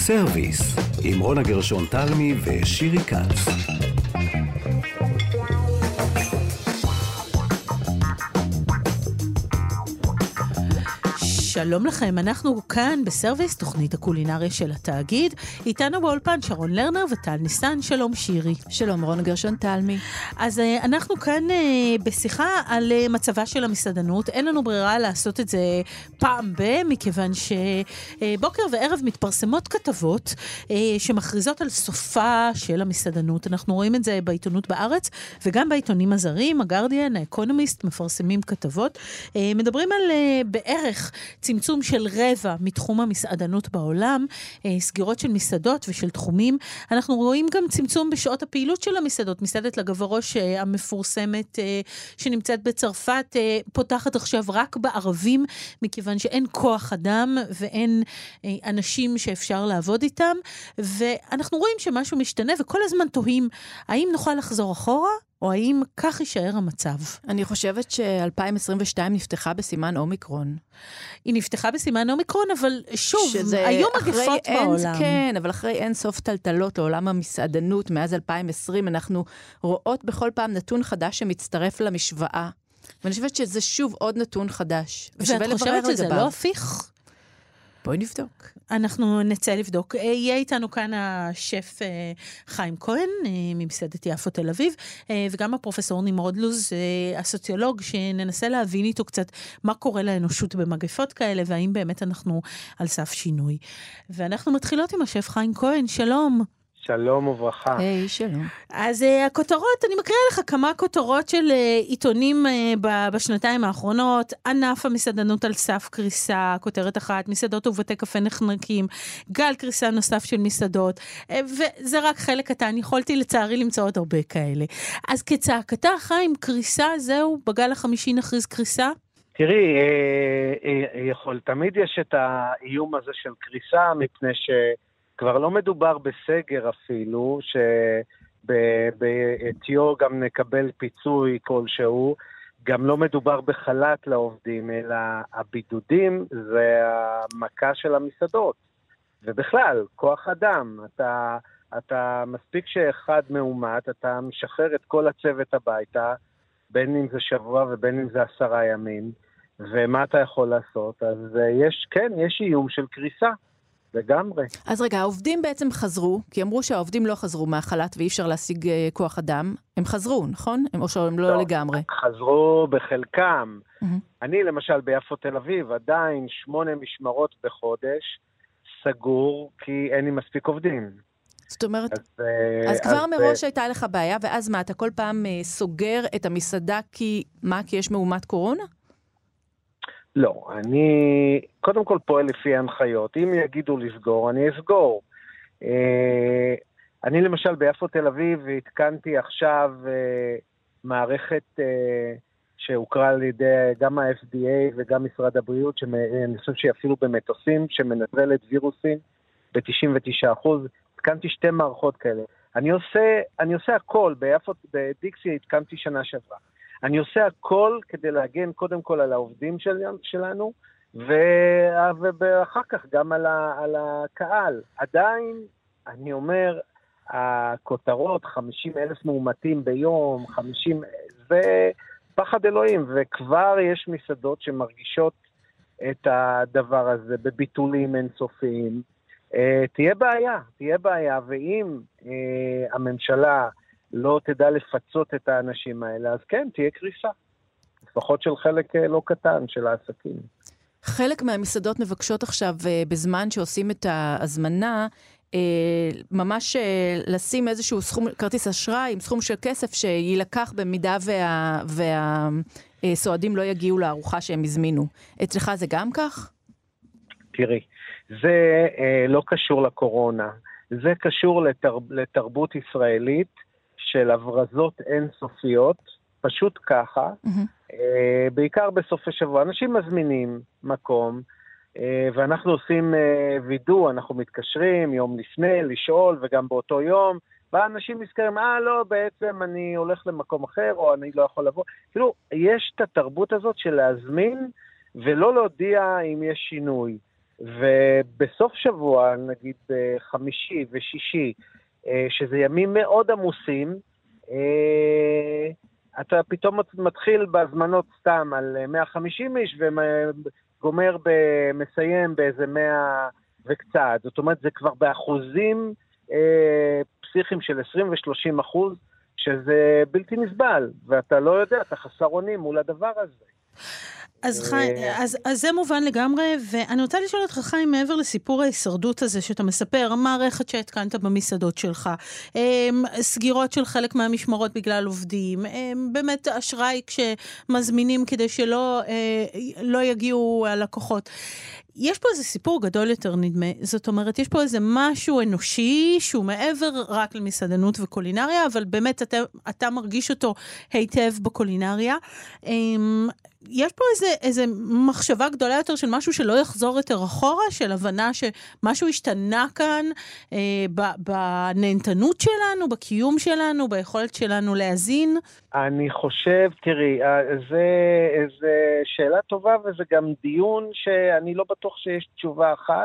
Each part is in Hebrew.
סרוויס, עם רונה גרשון תלמי ושירי כץ. שלום לכם, אנחנו כאן בסרוויס, תוכנית הקולינריה של התאגיד. איתנו באולפן שרון לרנר וטל ניסן. שלום שירי. שלום רונה גרשון תלמי. אז אנחנו כאן בשיחה על מצבה של המסעדנות. אין לנו ברירה לעשות את זה פעם מכיוון שבוקר וערב מתפרסמות כתבות שמכריזות על סופה של המסעדנות. אנחנו רואים את זה בעיתונות בארץ וגם בעיתונים הזרים, הגרדיאן, האקונומיסט, מפרסמים כתבות. מדברים על בערך צמצום של רבע מתחום המסעדנות בעולם, סגירות של מסעדות ושל תחומים. אנחנו רואים גם צמצום בשעות הפעילות של המסעדות. מסעדת לגברוש המפורסמת שנמצאת בצרפת פותחת עכשיו רק בערבים, מכיוון שאין כוח אדם ואין אנשים שאפשר לעבוד איתם, ואנחנו רואים שמשהו משתנה וכל הזמן תוהים, האם נוכל לחזור אחורה? או האם כך יישאר המצב? אני חושבת ש-2022 נפתחה בסימן אומיקרון. היא נפתחה בסימן אומיקרון, אבל שוב, היו מגפות בעולם. כן, אבל אחרי אין סוף טלטלות לעולם המסעדנות, מאז 2020, אנחנו רואות בכל פעם נתון חדש שמצטרף למשוואה. ואני חושבת שזה שוב עוד נתון חדש. ואת חושבת שזה לא הפיך? בואי נבדוק. אנחנו נצא לבדוק. יהיה איתנו כאן השף חיים כהן, ממסעדת יפו תל אביב, וגם הפרופסור נמרוד לוז, הסוציולוג, שננסה להבין איתו קצת מה קורה לאנושות במגפות כאלה, והאם באמת אנחנו על סף שינוי. ואנחנו מתחילות עם השף חיים כהן. שלום. שלום וברכה. היי, שלום. אז הכותרות, אני מקריאה לך כמה כותרות של עיתונים בשנתיים האחרונות. ענף המסעדנות על סף קריסה, כותרת אחת, מסעדות ובתי קפה נחנקים, גל קריסה נוסף של מסעדות, וזה רק חלק קטן, יכולתי לצערי למצוא עוד הרבה כאלה. אז כצעקתה, חיים, קריסה, זהו, בגל החמישי נכריז קריסה? תראי, תמיד יש את האיום הזה של קריסה, מפני כבר לא מדובר בסגר אפילו, שבעתיו גם נקבל פיצוי כלשהו, גם לא מדובר בחל"ת לעובדים, אלא הבידודים זה המכה של המסעדות. ובכלל, כוח אדם, אתה מספיק שאחד מאומת, אתה משחרר את כל הצוות הביתה, בין אם זה שבוע ובין אם זה 10 ימים, ומה אתה יכול לעשות? אז יש איום של קריסה. לגמרי. אז רגע, העובדים בעצם חזרו, כי אמרו שהעובדים לא חזרו מהחל"ת ואי אפשר להשיג כוח אדם. הם חזרו, נכון? או שהם לא לגמרי? חזרו בחלקם. אני למשל ביפו תל אביב, עדיין 8 משמרות בחודש, סגור, כי אין לי מספיק עובדים. זאת אומרת, אז כבר מראש הייתה לך בעיה, ואז מה, אתה כל פעם סוגר את המסעדה כי יש מאומת קורונה? לא, אני קודם כל פועל לפי ההנחיות. אם יגידו לסגור, אני אסגור. אני למשל ביפו תל אביב התקנתי עכשיו מערכת שהוכרה על ידי גם ה-FDA וגם משרד הבריאות, שאני חושב שאפילו במטוסים, שמנטרלת וירוסים ב-99%. התקנתי 2 מערכות כאלה. אני עושה הכל, בדיקסי התקנתי שנה שעברה. אני עושה הכל כדי להגן קודם כל על העובדים שלנו, ואחר כך גם על הקהל. עדיין, אני אומר, הכותרות, 50,000 מאומתים ביום, זה פחד אלוהים, וכבר יש מסעדות שמרגישות את הדבר הזה בביטולים אינסופיים. תהיה בעיה, ואם הממשלה לא תדע לפצות את האנשים האלה, אז כן, תהיה קריסה. לפחות של חלק לא קטן של העסקים. חלק מהמסעדות מבקשות עכשיו, בזמן שעושים את ההזמנה, ממש לשים איזשהו סכום, כרטיס אשראי עם סכום של כסף שילקח במידה והסועדים לא יגיעו לארוחה שהם הזמינו. אצלך זה גם כך? תראי, זה לא קשור לקורונה. זה קשור לתרבות ישראלית, של הברזות אינסופיות, פשוט ככה, בעיקר בסופי שבוע. אנשים מזמינים מקום, ואנחנו עושים וידוא, אנחנו מתקשרים יום לפני, לשאול, וגם באותו יום, ואנשים נזכרים, לא, בעצם אני הולך למקום אחר, או אני לא יכול לבוא. כאילו, יש את התרבות הזאת של להזמין, ולא להודיע אם יש שינוי. ובסוף שבוע, נגיד חמישי ושישי, שזה ימים מאוד עמוסים, אתה פתאום מתחיל בהזמנות סתם על 150 איש, וגומר מסיים באיזה 100 וקצת. זאת אומרת, זה כבר באחוזים פסיכיים של 20 ו-30%, שזה בלתי נסבל, ואתה לא יודע, אתה חסר אונים מול הדבר הזה. אז חיים, אז זה מובן לגמרי, ואני רוצה לשאול אותך, חיים, מעבר לסיפור ההישרדות הזה שאתה מספר, מערכת שהתקנת במסעדות שלך, סגירות של חלק מהמשמרות בגלל עובדים, באמת אשראי כשמזמינים כדי שלא יגיעו הלקוחות. יש פה איזה סיפור גדול יותר נדמה, זאת אומרת, יש פה איזה משהו אנושי שהוא מעבר רק למסעדנות וקולינריה, אבל באמת אתה מרגיש אותו היטב בקולינריה. יש פה איזה מחשבה גדולה יותר של משהו שלא יחזור יותר אחורה, של הבנה שמשהו השתנה כאן בנהנתנות שלנו, בקיום שלנו, ביכולת שלנו להזין. אני חושב, תראי, זה שאלה טובה, וזה גם דיון שאני לא בטוח שיש תשובה אחת,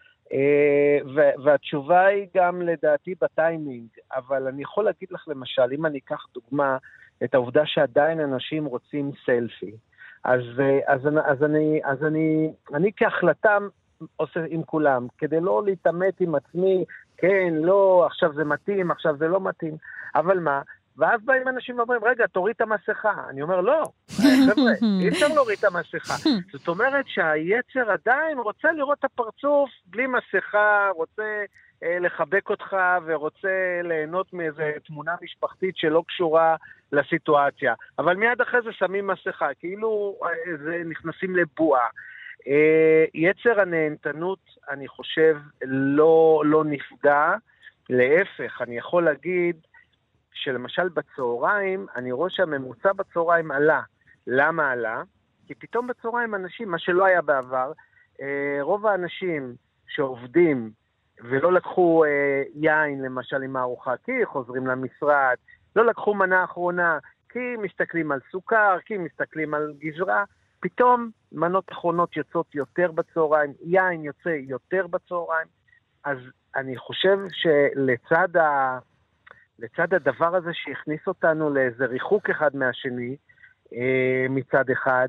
והתשובה היא גם לדעתי בטיימינג, אבל אני יכול להגיד לך למשל, אם אני אקח דוגמה, את העובדה שעדיין אנשים רוצים סלפי, אז אני כהחלטה עושה עם כולם, כדי לא להתאמת עם עצמי, כן, לא, עכשיו זה מתאים, עכשיו זה לא מתאים, אבל מה? ואז באים אנשים ואומרים, רגע, תוריד את המסכה. אני אומר, לא, חבר'ה, אי אפשר להוריד את המסכה. זאת אומרת שהיצר עדיין רוצה לראות את הפרצוף בלי מסכה, רוצה לחבק אותך ורוצה ליהנות מאיזו תמונה משפחתית שלא קשורה לסיטואציה. אבל מיד אחרי זה שמים מסכה, כאילו נכנסים לבועה. יצר הנהנתנות, אני חושב, לא נפגע. להפך, אני יכול להגיד שלמשל בצהריים, אני רואה שהממוצע בצהריים עלה. למה עלה? כי פתאום בצהריים אנשים, מה שלא היה בעבר, רוב האנשים שעובדים ולא לקחו יין למשל עם הארוחה, כי חוזרים למשרד, לא לקחו מנה אחרונה, כי מסתכלים על סוכר, כי מסתכלים על גזרה, פתאום מנות אחרונות יוצאות יותר בצהריים, יין יוצא יותר בצהריים, אז אני חושב שלצד הדבר הזה שהכניס אותנו לאיזה ריחוק אחד מהשני, מצד אחד,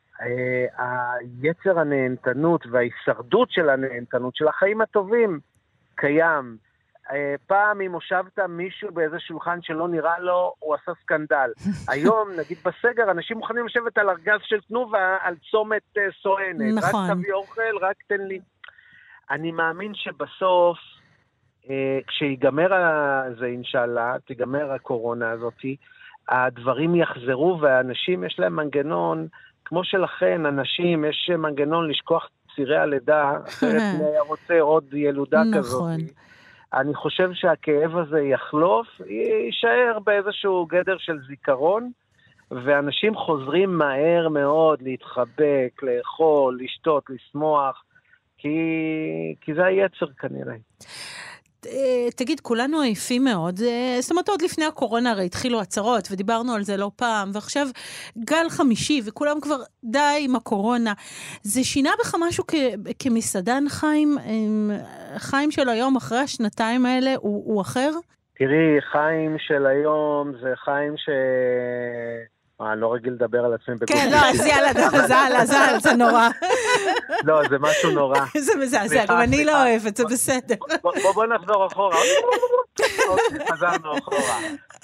היצר הנהנתנות וההישרדות של הנהנתנות, של החיים הטובים, קיים. פעם אם הושבת מישהו באיזה שולחן שלא נראה לו, הוא עשה סקנדל. היום, נגיד בסגר, אנשים מוכנים לשבת על ארגז של תנובה, על צומת סואנת. נכון. רק תביא אוכל, רק תן לי. אני מאמין שבסוף, כשיגמר זה אינשאללה, תיגמר הקורונה הזאת, הדברים יחזרו, והאנשים יש להם מנגנון, כמו שלכן, אנשים יש מנגנון לשכוח צירי הלידה, אחרת היה רוצה עוד ילודה כזאת. אני חושב שהכאב הזה יחלוף, יישאר באיזשהו גדר של זיכרון, ואנשים חוזרים מהר מאוד להתחבק, לאכול, לשתות, לשמוח, כי זה היצר כנראה. תגיד, כולנו עייפים מאוד, זאת אומרת, עוד לפני הקורונה הרי התחילו הצרות, ודיברנו על זה לא פעם, ועכשיו גל חמישי, וכולם כבר די עם הקורונה. זה שינה בך משהו כמסעדן, חיים? חיים של היום, אחרי השנתיים האלה, הוא אחר? תראי, חיים של היום זה חיים אני לא רגיל לדבר על עצמי בגוף. כן, לא, אז יאללה, זה נורא. לא, זה משהו נורא. זה מזעזע, גם אני לא אוהבת, זה בסדר. בוא נחזור אחורה. חזרנו אחורה.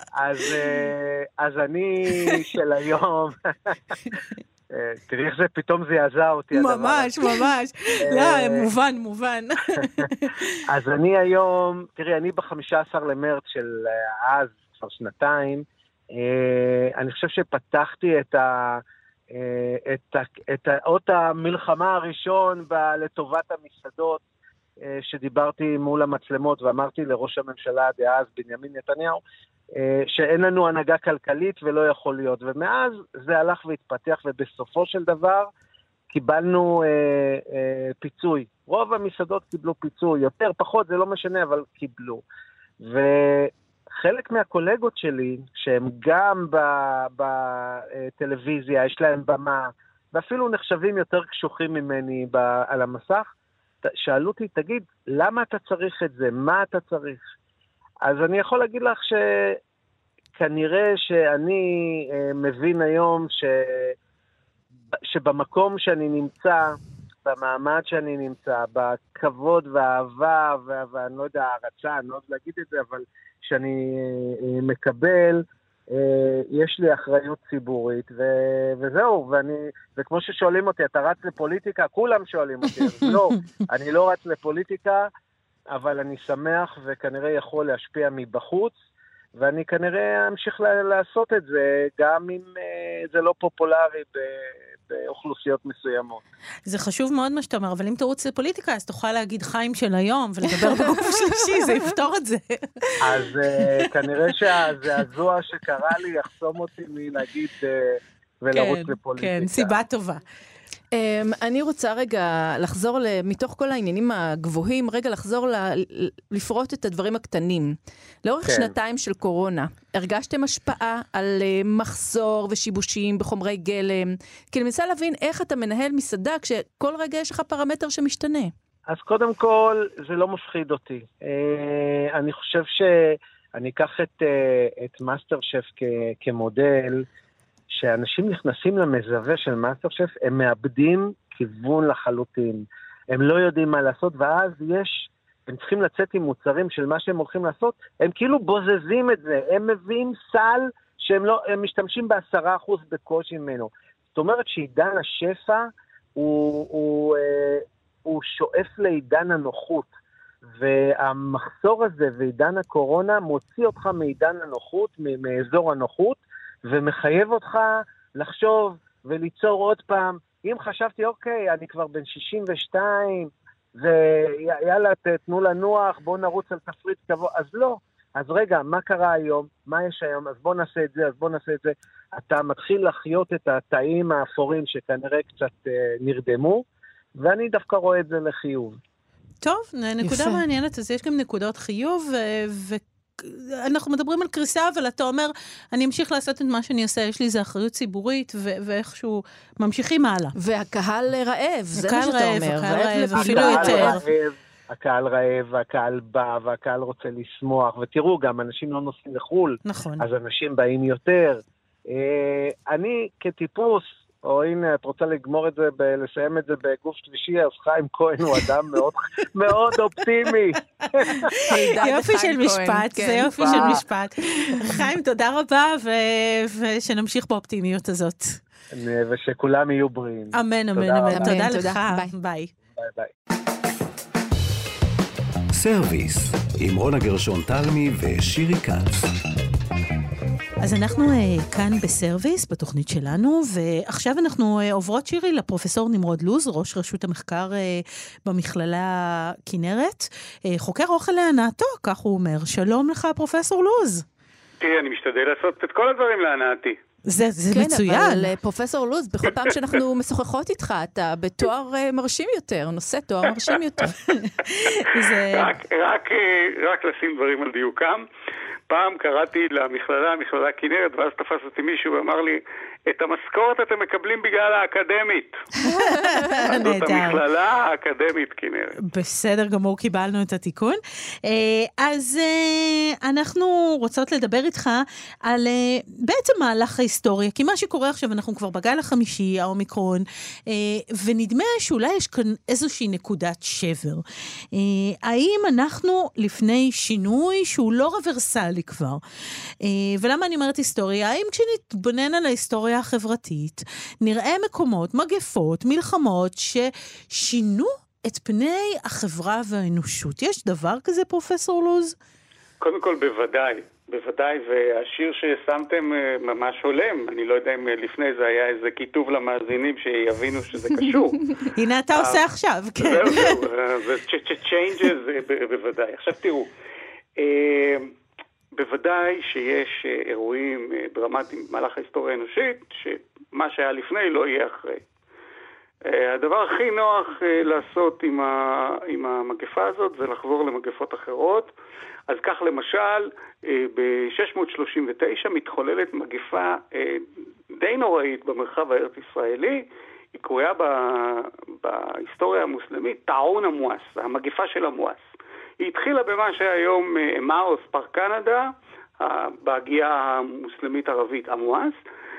אז אני של היום, תראי איך זה פתאום זעזע אותי. ממש. לא, מובן. אז אני היום, תראי, אני ב-15 למרץ של אז, כבר שנתיים, אני חושב שפתחתי את אות המלחמה הראשון לטובת המסעדות, שדיברתי מול המצלמות ואמרתי לראש הממשלה דאז בנימין נתניהו, שאין לנו הנהגה כלכלית ולא יכול להיות, ומאז זה הלך והתפתח, ובסופו של דבר קיבלנו פיצוי. רוב המסעדות קיבלו פיצוי, יותר פחות זה לא משנה, אבל קיבלו. חלק מהקולגות שלי, שהם גם בטלוויזיה, יש להם במה, ואפילו נחשבים יותר קשוחים ממני על המסך, שאלו אותי, תגיד, למה אתה צריך את זה? מה אתה צריך? אז אני יכול להגיד לך שכנראה שאני מבין היום שבמקום שאני נמצא, במעמד שאני נמצא, בכבוד והאהבה, ואני לא יודע, הערצה, אני לא יודע להגיד את זה, אבל שאני מקבל, יש לי אחריות ציבורית, וזהו, וכמו ששואלים אותי, אתה רץ לפוליטיקה? כולם שואלים אותי, לא, אני לא רץ לפוליטיקה, אבל אני שמח וכנראה יכול להשפיע מבחוץ, ואני כנראה אמשיך לעשות את זה, גם אם זה לא פופולרי באוכלוסיות מסוימות. זה חשוב מאוד מה שאתה אומר, אבל אם תרוץ לפוליטיקה, אז תוכל להגיד חיים של היום, ולדבר בגוף שלישי, זה יפתור את זה. אז כנראה שהזעזוע שקרה לי יחסום אותי מלהגיד ולרוץ לפוליטיקה. כן, סיבה טובה. אני רוצה רגע לחזור, מתוך כל העניינים הגבוהים, רגע לחזור לפרוט את הדברים הקטנים. לאורך שנתיים של קורונה, הרגשתם השפעה על מחסור ושיבושים בחומרי גלם? כי אני מנסה להבין איך אתה מנהל מסעדה כשכל רגע יש לך פרמטר שמשתנה. אז קודם כל, זה לא מפחיד אותי. אני חושב שאני אקח את מאסטר שף כמודל, שאנשים נכנסים למזווה של מאסטר שף, הם מאבדים כיוון לחלוטין. הם לא יודעים מה לעשות, ואז הם צריכים לצאת עם מוצרים של מה שהם הולכים לעשות, הם כאילו בוזזים את זה, הם מביאים סל הם משתמשים ב10% בקושי ממנו. זאת אומרת שעידן השפע הוא שואף לעידן הנוחות, והמחסור הזה ועידן הקורונה מוציא אותך מעידן הנוחות, מאזור הנוחות, ומחייב אותך לחשוב וליצור עוד פעם. אם חשבתי, אוקיי, אני כבר בן 62, ויאללה, תנו לנוח, בואו נרוץ על תפריט קבוע, אז לא. אז רגע, מה קרה היום? מה יש היום? אז בואו נעשה את זה, אז בואו נעשה את זה. אתה מתחיל לחיות את התאים האפורים שכנראה קצת נרדמו, ואני דווקא רואה את זה לחיוב. טוב, נקודה מעניינת, אז יש גם נקודות חיוב, אנחנו מדברים על קריסה, אבל אתה אומר, אני אמשיך לעשות את מה שאני עושה, יש לי איזו אחריות ציבורית, ואיכשהו ממשיכים הלאה. והקהל רעב, זה מה שאתה אומר. הקהל רעב, אפילו יותר. הקהל רעב, והקהל בא, והקהל רוצה לשמוח, ותראו, גם אנשים לא נוסעים לחול, נכון. אז אנשים באים יותר. אני כטיפוס, או הנה, את רוצה לגמור את זה, לסיים את זה בגוף שלישי, אז חיים כהן הוא אדם מאוד, מאוד אופטימי. יופי של משפט, זה יופי של משפט. חיים, תודה רבה, ושנמשיך באופטימיות הזאת. ושכולם יהיו בריאים. אמן, אמן, אמן. תודה לך. ביי. ביי ביי. סרוויס, עם רונה גרשון תלמי ושירי כץ. אז אנחנו כאן בסרוויס, בתוכנית שלנו, ועכשיו אנחנו עוברות, שירי, לפרופסור נמרוד לוז, ראש רשות המחקר במכללה כנרת, חוקר אוכל להנאתו, כך הוא אומר. שלום לך, פרופסור לוז. תראי, אני משתדל לעשות את כל הדברים להנאתי. זה כן, מצוין. כן, אבל פרופסור לוז, בכל פעם שאנחנו משוחחות איתך, אתה בתואר מרשים יותר, נושא תואר מרשים יותר. רק לשים דברים על דיוקם. פעם קראתי למכללה כנרת, ואז תפס אותי מישהו ואמר לי, את המשכורת אתם מקבלים בגלל האקדמית. זאת המכללה האקדמית כנרת. בסדר גמור, קיבלנו את התיקון. אז אנחנו רוצות לדבר איתך על בעצם מהלך ההיסטוריה, כי מה שקורה עכשיו, אנחנו כבר בגל החמישי, האומיקרון, ונדמה שאולי יש כאן איזושהי נקודת שבר. האם אנחנו לפני שינוי שהוא לא רוורסלי כבר? ולמה אני אומרת היסטוריה? האם כשנתבונן על ההיסטוריה החברתית, נראה מקומות, מגפות, מלחמות, ששינו את פני החברה והאנושות? יש דבר כזה, פרופסור לוז? קודם כל, בוודאי, והשיר ששמתם ממש הולם. אני לא יודע אם לפני זה היה איזה כיתוב למאזינים שיבינו שזה קשור. הנה אתה עושה עכשיו, כן. זהו, זה changes, בוודאי. עכשיו תראו, בוודאי שיש אירועים דרמטיים במהלך ההיסטוריה האנושית, שמה שהיה לפני לא יהיה אחרי. הדבר הכי נוח לעשות עם המגפה הזאת זה לחזור למגפות אחרות. אז כך למשל, ב-639 מתחוללת מגפה די נוראית במרחב הארץ ישראלי, היא קרויה בהיסטוריה המוסלמית טעון המואס, המגפה של המואס. היא התחילה במה שהיום מאוס, פארק קנדה, בהגיעה המוסלמית ערבית המואס,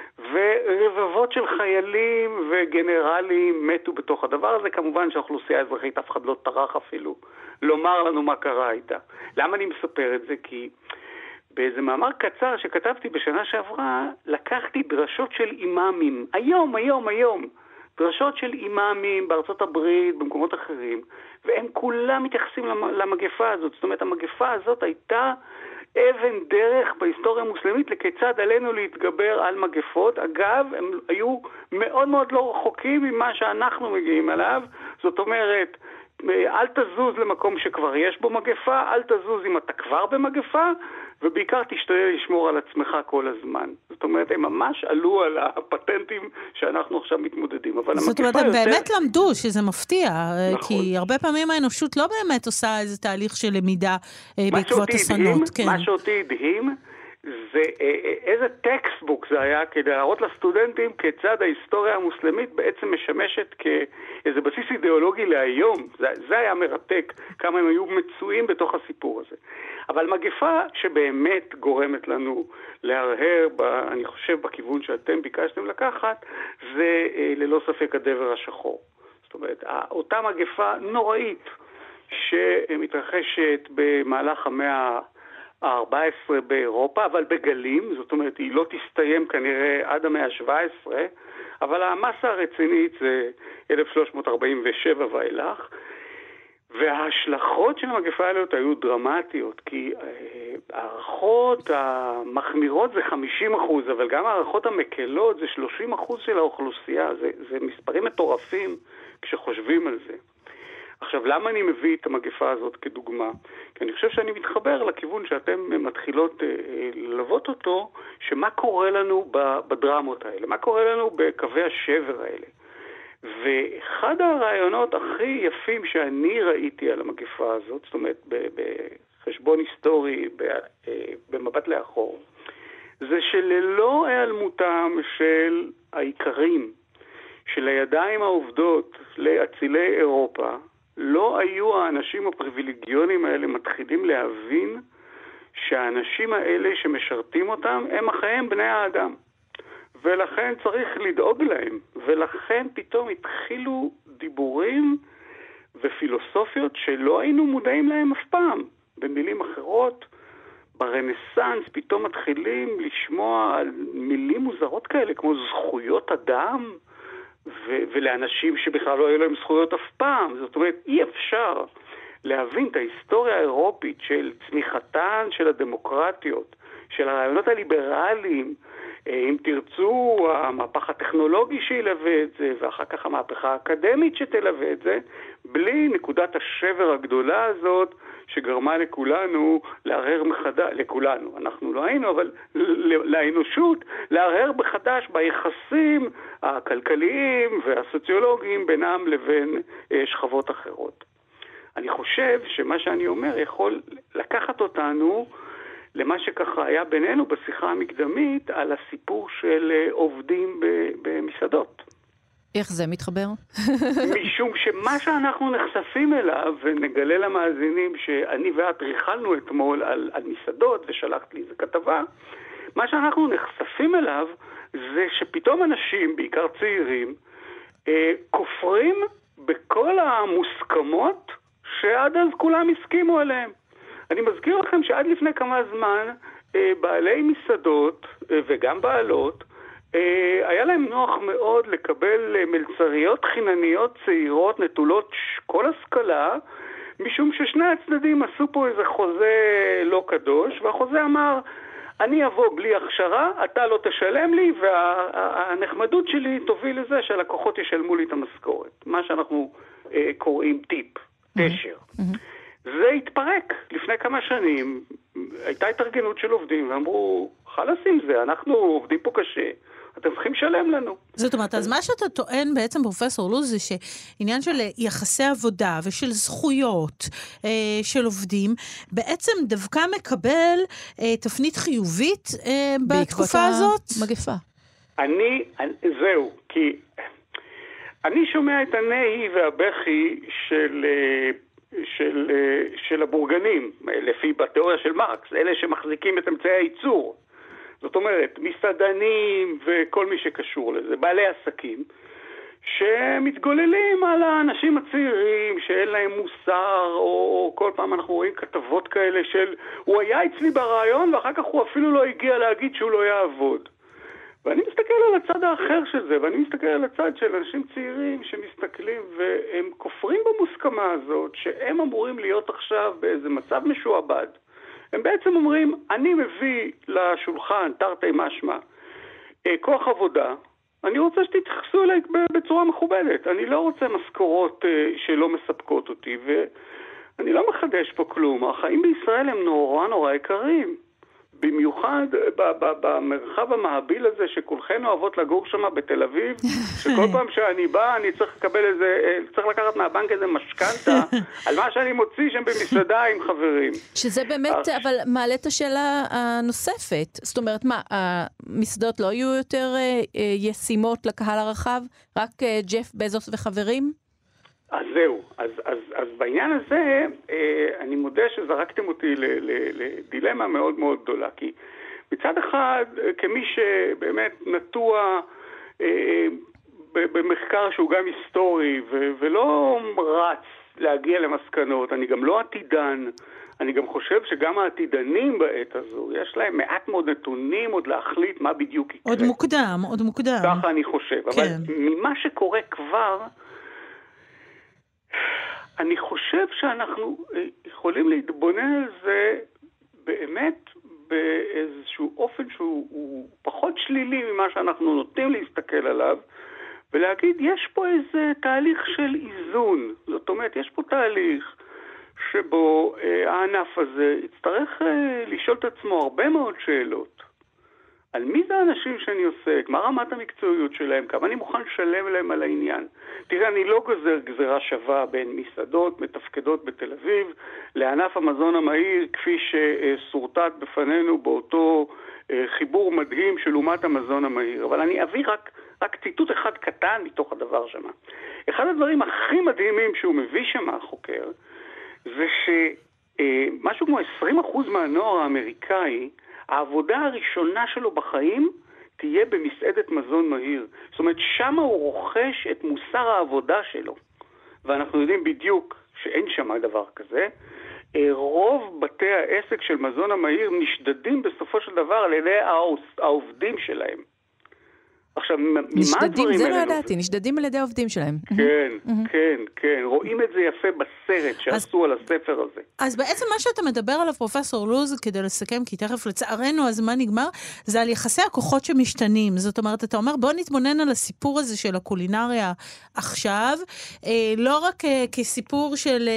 ורבבות של חיילים וגנרלים מתו בתוך הדבר הזה. כמובן שהאוכלוסייה האזרחית אף אחד לא טרח אפילו לומר לנו מה קרה איתה. למה אני מספר את זה? כי באיזה מאמר קצר שכתבתי בשנה שעברה, לקחתי דרשות של אימאמים, היום, דרשות של אימאמים בארצות הברית, במקומות אחרים, והם כולם מתייחסים למגפה הזאת. זאת אומרת, המגפה הזאת הייתה אבן דרך בהיסטוריה המוסלמית לכיצד עלינו להתגבר על מגפות. אגב, הם היו מאוד מאוד לא רחוקים ממה שאנחנו מגיעים אליו. זאת אומרת, אל תזוז למקום שכבר יש בו מגפה, אל תזוז אם אתה כבר במגפה, ובעיקר תשתדל לשמור על עצמך כל הזמן. זאת אומרת, הם ממש עלו על הפטנטים שאנחנו עכשיו מתמודדים. אבל זאת אומרת, הם באמת למדו שזה מפתיע, נכון. כי הרבה פעמים האנושות לא באמת עושה איזה תהליך של למידה בעקבות אסונות. מה שאותי הדהים, זה איזה טקסטבוק זה היה כדי להראות לסטודנטים כיצד ההיסטוריה המוסלמית בעצם משמשת כאיזה בסיס אידיאולוגי להיום. זה היה מרתק, כמה הם היו מצויים בתוך הסיפור הזה. אבל מגפה שבאמת גורמת לנו להרהר, אני חושב בכיוון שאתם ביקשתם לקחת, זה ללא ספק הדבר השחור. זאת אומרת, אותה מגפה נוראית שמתרחשת במהלך המאה ה-14 באירופה, אבל בגלים, זאת אומרת, היא לא תסתיים כנראה עד המאה ה-17, אבל המסה הרצינית זה 1347 ואילך, וההשלכות של המגפה האלה היו דרמטיות, כי הערכות המחמירות זה 50%, אבל גם הערכות המקלות זה 30% של האוכלוסייה, זה מספרים מטורפים כשחושבים על זה. עכשיו, למה אני מביא את המגפה הזאת כדוגמה? כי אני חושב שאני מתחבר לכיוון שאתם מתחילות ללוות אותו, שמה קורה לנו בדרמות האלה, מה קורה לנו בקווי השבר האלה. ואחד הרעיונות הכי יפים שאני ראיתי על המגפה הזאת, זאת אומרת בחשבון היסטורי, במבט לאחור, זה שללא היעלמותם של העיקרים, של הידיים העובדות לאצילי אירופה, לא היו האנשים הפריבילגיונים האלה מתחילים להבין שהאנשים האלה שמשרתים אותם הם אחריהם בני האדם. ולכן צריך לדאוג להם. ולכן פתאום התחילו דיבורים ופילוסופיות שלא היינו מודעים להם אף פעם. במילים אחרות, ברנסנס פתאום מתחילים לשמוע על מילים מוזרות כאלה, כמו זכויות אדם, ולאנשים שבכלל לא היו להם זכויות אף פעם. זאת אומרת, אי אפשר להבין את ההיסטוריה האירופית של צמיחתן של הדמוקרטיות, של הרעיונות הליברליים, אם תרצו, המהפך הטכנולוגי שילווה את זה, ואחר כך המהפכה האקדמית שתלווה את זה, בלי נקודת השבר הגדולה הזאת, שגרמה לכולנו להרהר מחדש, לכולנו, אנחנו לא היינו, אבל לאנושות, להרהר בחדש ביחסים הכלכליים והסוציולוגיים בינם לבין שכבות אחרות. אני חושב שמה שאני אומר יכול לקחת אותנו למה שככה היה בינינו בשיחה המקדמית על הסיפור של עובדים במסעדות. איך זה מתחבר? משום שמה שאנחנו נחשפים אליו, ונגלה למאזינים שאני ואת ריחלנו אתמול על מסעדות, ושלחת לי איזה כתבה, מה שאנחנו נחשפים אליו זה שפתאום אנשים, בעיקר צעירים, כופרים בכל המוסכמות שעד אז כולם הסכימו עליהם. אני מזכיר לכם שעד לפני כמה זמן בעלי מסעדות וגם בעלות היה להם נוח מאוד לקבל מלצריות חינניות צעירות נטולות כל השכלה, משום ששני הצדדים עשו פה איזה חוזה לא קדוש, והחוזה אמר, אני אבוא בלי הכשרה, אתה לא תשלם לי, והנחמדות שלי תוביל לזה שהלקוחות ישלמו לי את המשכורת. מה שאנחנו קוראים טיפ, תשר. זה התפרק. לפני כמה שנים הייתה התארגנות של עובדים ואמרו, חלאס עם זה, אנחנו עובדים פה קשה, אתם צריכים לשלם לנו. זאת אומרת, אז מה שאתה טוען בעצם, פרופסור לוז, זה שעניין של יחסי עבודה ושל זכויות של עובדים, בעצם דווקא מקבל תפנית חיובית בתקופה הזאת? מגפה. זהו, כי אני שומע את הנהי והבכי של הבורגנים, לפי בתיאוריה של מרקס, אלה שמחזיקים את אמצעי הייצור. זאת אומרת, מסעדנים וכל מי שקשור לזה, בעלי עסקים, שמתגוללים על האנשים הצעירים שאין להם מוסר, או כל פעם אנחנו רואים כתבות כאלה של הוא היה אצלי ברעיון ואחר כך הוא אפילו לא הגיע להגיד שהוא לא יעבוד. ואני מסתכל על הצד האחר של זה, ואני מסתכל על הצד של אנשים צעירים שמסתכלים והם כופרים במוסכמה הזאת שהם אמורים להיות עכשיו באיזה מצב משועבד. הם בעצם אומרים, אני מביא לשולחן, תרתי משמע, כוח עבודה, אני רוצה שתתייחסו אליי בצורה מכובדת. אני לא רוצה משכורות שלא מספקות אותי, ואני לא מחדש פה כלום. החיים בישראל הם נורא יקרים. במיוחד במרחב המהביל הזה שכולכן אוהבות לגור שם בתל אביב, שכל פעם שאני בא אני צריך לקחת מהבנק איזה משכנתה על מה שאני מוציא שם במסעדה עם חברים. שזה באמת, אבל מעלה את השאלה הנוספת. זאת אומרת, מה, המסעדות לא יהיו יותר ישימות לקהל הרחב? רק ג'ף בזוס וחברים? אז זהו, אז בעניין הזה אני מודה שזרקתם אותי לדילמה מאוד מאוד גדולה, כי מצד אחד כמי שבאמת נטוע במחקר שהוא גם היסטורי ולא רץ להגיע למסקנות, אני גם לא עתידן, אני גם חושב שגם העתידנים בעת הזו, יש להם מעט מאוד נתונים עוד להחליט מה בדיוק יקרה. עוד מוקדם. ככה אני חושב, כן. אבל ממה שקורה כבר, אני חושב שאנחנו יכולים להתבונן על זה באמת באיזשהו אופן שהוא פחות שלילי ממה שאנחנו נוטים להסתכל עליו, ולהגיד, יש פה איזה תהליך של איזון. זאת אומרת, יש פה תהליך שבו הענף הזה יצטרך לשאול את עצמו הרבה מאוד שאלות. על מי זה האנשים שאני עוסק? מה רמת המקצועיות שלהם? כמה אני מוכן לשלם להם על העניין? תראה, אני לא גוזר גזרה שווה בין מסעדות מתפקדות בתל אביב לענף המזון המהיר, כפי שסורטט בפנינו באותו חיבור מדהים של אומת המזון המהיר. אבל אני אביא רק ציטוט אחד קטן מתוך הדבר שמה. אחד הדברים הכי מדהימים שהוא מביא שמה, החוקר, זה שמשהו כמו 20% מהנוער האמריקאי, העבודה הראשונה שלו בחיים תהיה במסעדת מזון מהיר. זאת אומרת, שמה הוא רוכש את מוסר העבודה שלו. ואנחנו יודעים בדיוק שאין שמה דבר כזה. רוב בתי העסק של מזון המהיר נשדדים בסופו של דבר על ידי העובדים שלהם. עכשיו, ממה הדברים זה לא ידעתי, נשדדים על ידי העובדים שלהם. כן. רואים את זה יפה בסרט שעשו על הספר הזה. אז בעצם מה שאתה מדבר עליו, פרופסור לוז, כדי לסכם, כי תכף לצערנו הזמן נגמר, זה על יחסי הכוחות שמשתנים. זאת אומרת, אתה אומר, בוא נתבונן על הסיפור הזה של הקולינריה עכשיו, לא רק כסיפור של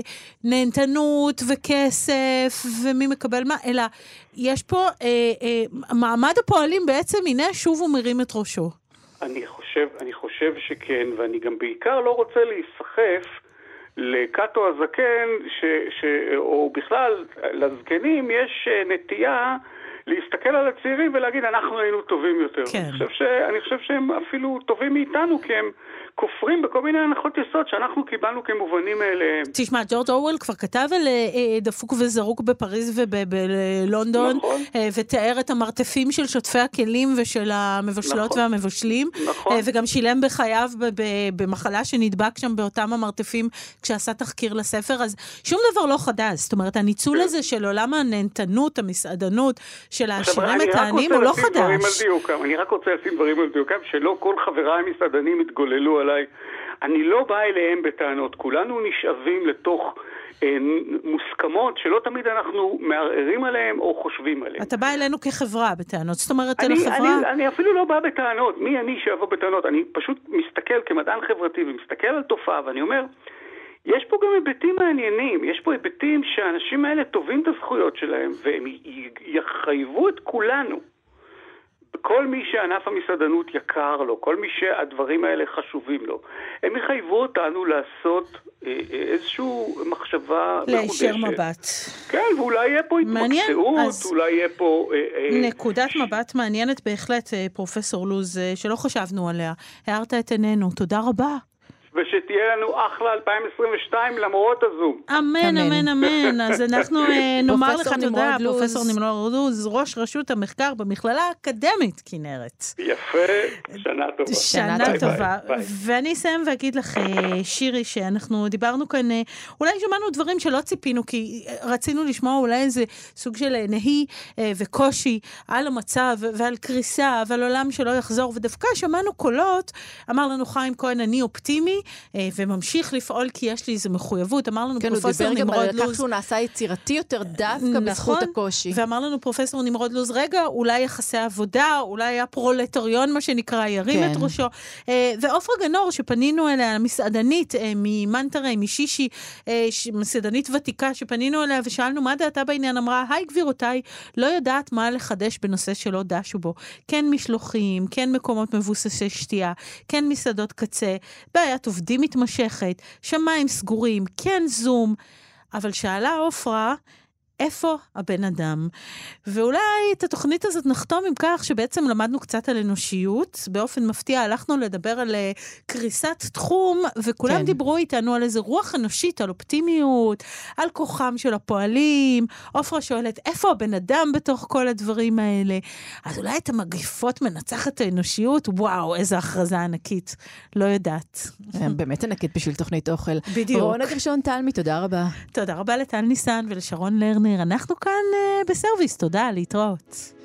נהנתנות וכסף ומי מקבל מה, אלא יש פה מעמד הפועלים בעצם, הנה שוב הוא מרים את ראשו. אני חושב שכן, ואני גם בעיקר לא רוצה להיסחף לקאטו הזקן, או בכלל לזקנים יש נטייה להסתכל על הצעירים ולהגיד אנחנו היינו טובים יותר. כן. אני חושב שהם אפילו טובים מאיתנו, כי הם כופרים בכל מיני הנחות יסוד שאנחנו קיבלנו כמובנים מאליהם. תשמע, ג'ורג' אורוול כבר כתב על דפוק וזרוק בפריז ובלונדון, נכון. ותיאר את המרתפים של שוטפי הכלים ושל המבשלות, נכון. והמבשלים, נכון. וגם שילם בחייו במחלה שנדבק שם באותם המרתפים כשעשה תחקיר לספר, אז שום דבר לא חדש. זאת אומרת, הניצול כן. הזה של עולם הנהנתנות, המסעדנות, של העשירים מתענים הוא לא חדש. אני רק רוצה לשים דברים על דיוקם, שלא כל חבריי מסעדנים התגוללו עליי. אני לא בא אליהם בטענות. כולנו נשאבים לתוך מוסכמות שלא תמיד אנחנו מערערים עליהם או חושבים עליהם. אתה בא אלינו כחברה בטענות. זאת אומרת, אל החברה... אני אפילו לא בא בטענות. מי אני שאבוא בטענות? אני פשוט מסתכל כמדען חברתי ומסתכל על תופעה ואני אומר, יש פה גם היבטים מעניינים. יש פה היבטים שהאנשים האלה טובים את הזכויות שלהם והם יחייבו את כולנו כל מי שענף המסעדנות יקר לו, כל מי שהדברים האלה חשובים לו, הם יחייבו אותנו לעשות איזשהו מחשבה מחודשת. להישיר מבט. כן, ואולי יהיה פה התמקצעות, אולי יהיה פה... נקודת מבט מעניינת בהחלט, פרופסור לוז, שלא חשבנו עליה. הערת את עינינו, תודה רבה. ושתהיה לנו אחלה 2022 למרות הזום. אמן, אמן, אמן. אז אנחנו נאמר לך תודה, פרופסור נמרוד לוז, ראש רשות המחקר במכללה האקדמית כנרת. יפה, שנה טובה. שנה טובה. ואני אסיים ואגיד לך, שירי, שאנחנו דיברנו כאן, אולי שמענו דברים שלא ציפינו, כי רצינו לשמוע אולי איזה סוג של נהי וקושי על המצב ועל קריסה ועל עולם שלא יחזור, ודווקא שמענו קולות, אמר לנו חיים כהן, אני אופטימי, וממשיך לפעול כי יש לי איזו מחויבות. אמר לנו פרופסור נמרוד לוז... כן, הוא דיבר גם על כך שהוא נעשה יצירתי יותר דווקא בזכות הקושי. ואמר לנו פרופסור נמרוד לוז, רגע, אולי יחסי עבודה, אולי הפרולטריון, מה שנקרא, ירים את ראשו. ועופרה גנור, שפנינו אליה, מסעדנית ממנטרי, משישי, מסעדנית ותיקה, שפנינו אליה ושאלנו מה דעתה בעניין, אמרה, היי גבירותיי, לא יודעת מה לחדש בנושא שלא דשו בו. כן משלוחים, כן מקומות מבוססי שתייה, כן מסעדות קצה, בעיית עובדים מתמשכת, שמיים סגורים, כן זום, אבל שאלה עופרה, איפה הבן אדם? ואולי את התוכנית הזאת נחתום עם כך שבעצם למדנו קצת על אנושיות, באופן מפתיע הלכנו לדבר על קריסת תחום, וכולם דיברו איתנו על איזה רוח אנושית, על אופטימיות, על כוחם של הפועלים. עופרה שואלת, איפה הבן אדם בתוך כל הדברים האלה? אז אולי את המגפות מנצחת האנושיות? וואו, איזו הכרזה ענקית. לא יודעת. באמת ענקית בשביל תוכנית אוכל. בדיוק. רונה גרשון תלמי, תודה רבה. תודה רבה לטל ניסן ולשרון לרנר. אנחנו כאן בסרוויס, תודה, להתראות.